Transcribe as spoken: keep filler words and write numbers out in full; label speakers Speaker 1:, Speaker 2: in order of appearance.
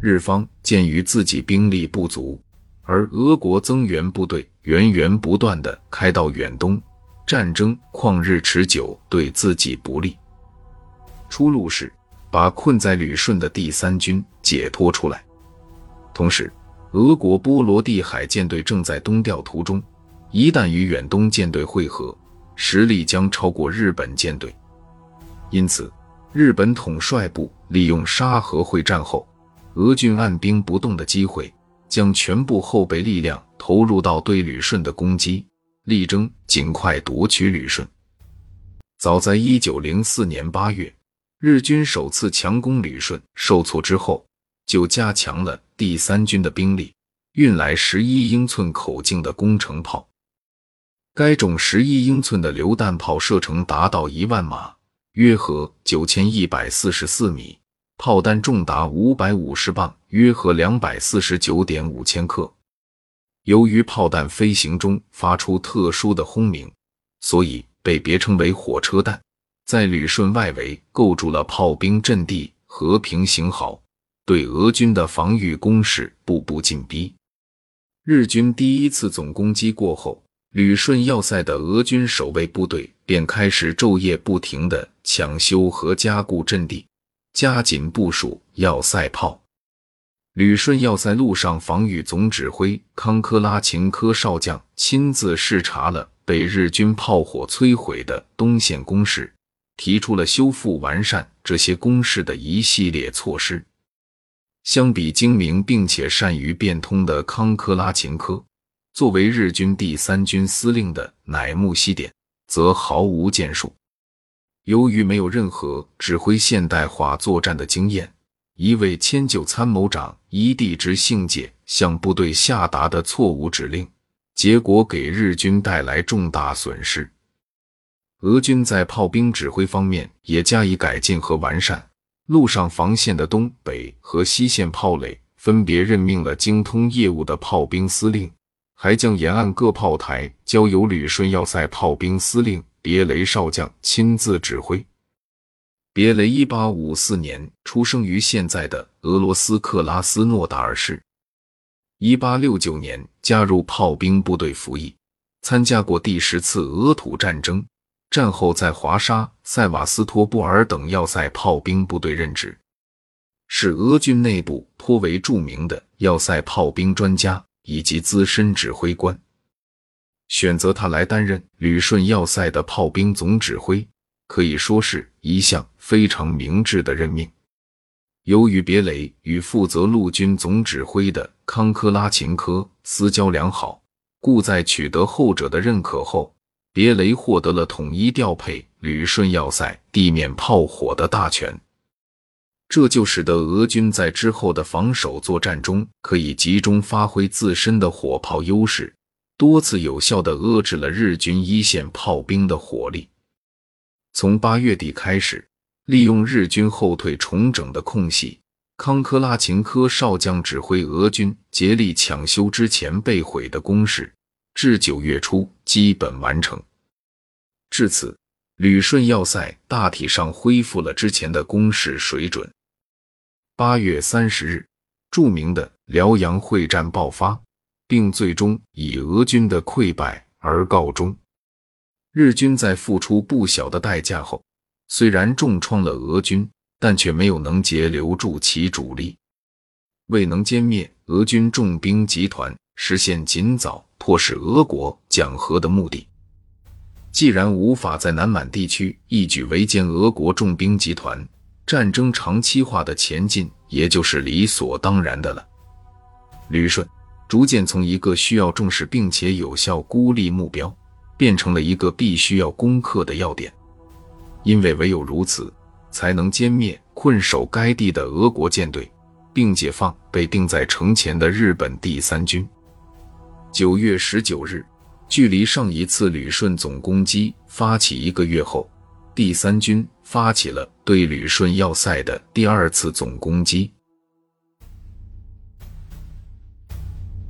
Speaker 1: 日方鉴于自己兵力不足，而俄国增援部队源源不断地开到远东，战争旷日持久，对自己不利。出路是把困在旅顺的第三军解脱出来。同时，俄国波罗的海舰队正在东调途中，一旦与远东舰队会合，实力将超过日本舰队。因此，日本统帅部利用沙河会战后俄军按兵不动的机会，将全部后备力量投入到对旅顺的攻击，力争尽快夺取旅顺。早在一九零四年八月，日军首次强攻旅顺受挫之后，就加强了第三军的兵力，运来十一英寸口径的攻城炮。该种十一英寸的榴弹炮射程达到一万码，约合九千一百四十四米，炮弹重达五百五十磅，约合 两百四十九点五千克。由于炮弹飞行中发出特殊的轰鸣，所以被别称为火车弹，在旅顺外围构筑了炮兵阵地，和平型号，对俄军的防御工事步步紧逼。日军第一次总攻击过后，旅顺要塞的俄军守卫部队便开始昼夜不停地抢修和加固阵地，加紧部署要塞炮。旅顺要塞陆上防御总指挥康科拉琴科少将亲自视察了被日军炮火摧毁的东线工事，提出了修复完善这些工事的一系列措施。相比精明并且善于变通的康科拉琴科，作为日军第三军司令的乃木希典则毫无建树。由于没有任何指挥现代化作战的经验，一位迁就参谋长伊地之信介向部队下达的错误指令，结果给日军带来重大损失。俄军在炮兵指挥方面也加以改进和完善，陆上防线的东北和西线炮垒分别任命了精通业务的炮兵司令，还将沿岸各炮台交由旅顺要塞炮兵司令别雷少将亲自指挥。别雷一八五四年出生于现在的俄罗斯克拉斯诺达尔市，一八六九年加入炮兵部队服役，参加过第十次俄土战争，战后在华沙、塞瓦斯托波尔等要塞炮兵部队任职，是俄军内部颇为著名的要塞炮兵专家以及资深指挥官。选择他来担任旅顺要塞的炮兵总指挥，可以说是一项非常明智的任命。由于别雷与负责陆军总指挥的康科拉琴科私交良好，故在取得后者的认可后，别雷获得了统一调配旅顺要塞地面炮火的大权。这就使得俄军在之后的防守作战中可以集中发挥自身的火炮优势，多次有效地遏制了日军一线炮兵的火力。从八月底开始，利用日军后退重整的空隙，康科拉琴科少将指挥俄军竭力抢修之前被毁的工事，至九月初基本完成。至此，旅顺要塞大体上恢复了之前的攻势水准。八月三十日，著名的辽阳会战爆发，并最终以俄军的溃败而告终。日军在付出不小的代价后，虽然重创了俄军，但却没有能截留住其主力。未能歼灭俄军重兵集团，实现尽早迫使俄国讲和的目的。既然无法在南满地区一举围歼俄国重兵集团，战争长期化的前进也就是理所当然的了。旅顺逐渐从一个需要重视并且有效孤立目标，变成了一个必须要攻克的要点。因为唯有如此，才能歼灭困守该地的俄国舰队，并解放被定在城前的日本第三军。九月十九日，距离上一次旅顺总攻击发起一个月后，第三军发起了对旅顺要塞的第二次总攻击。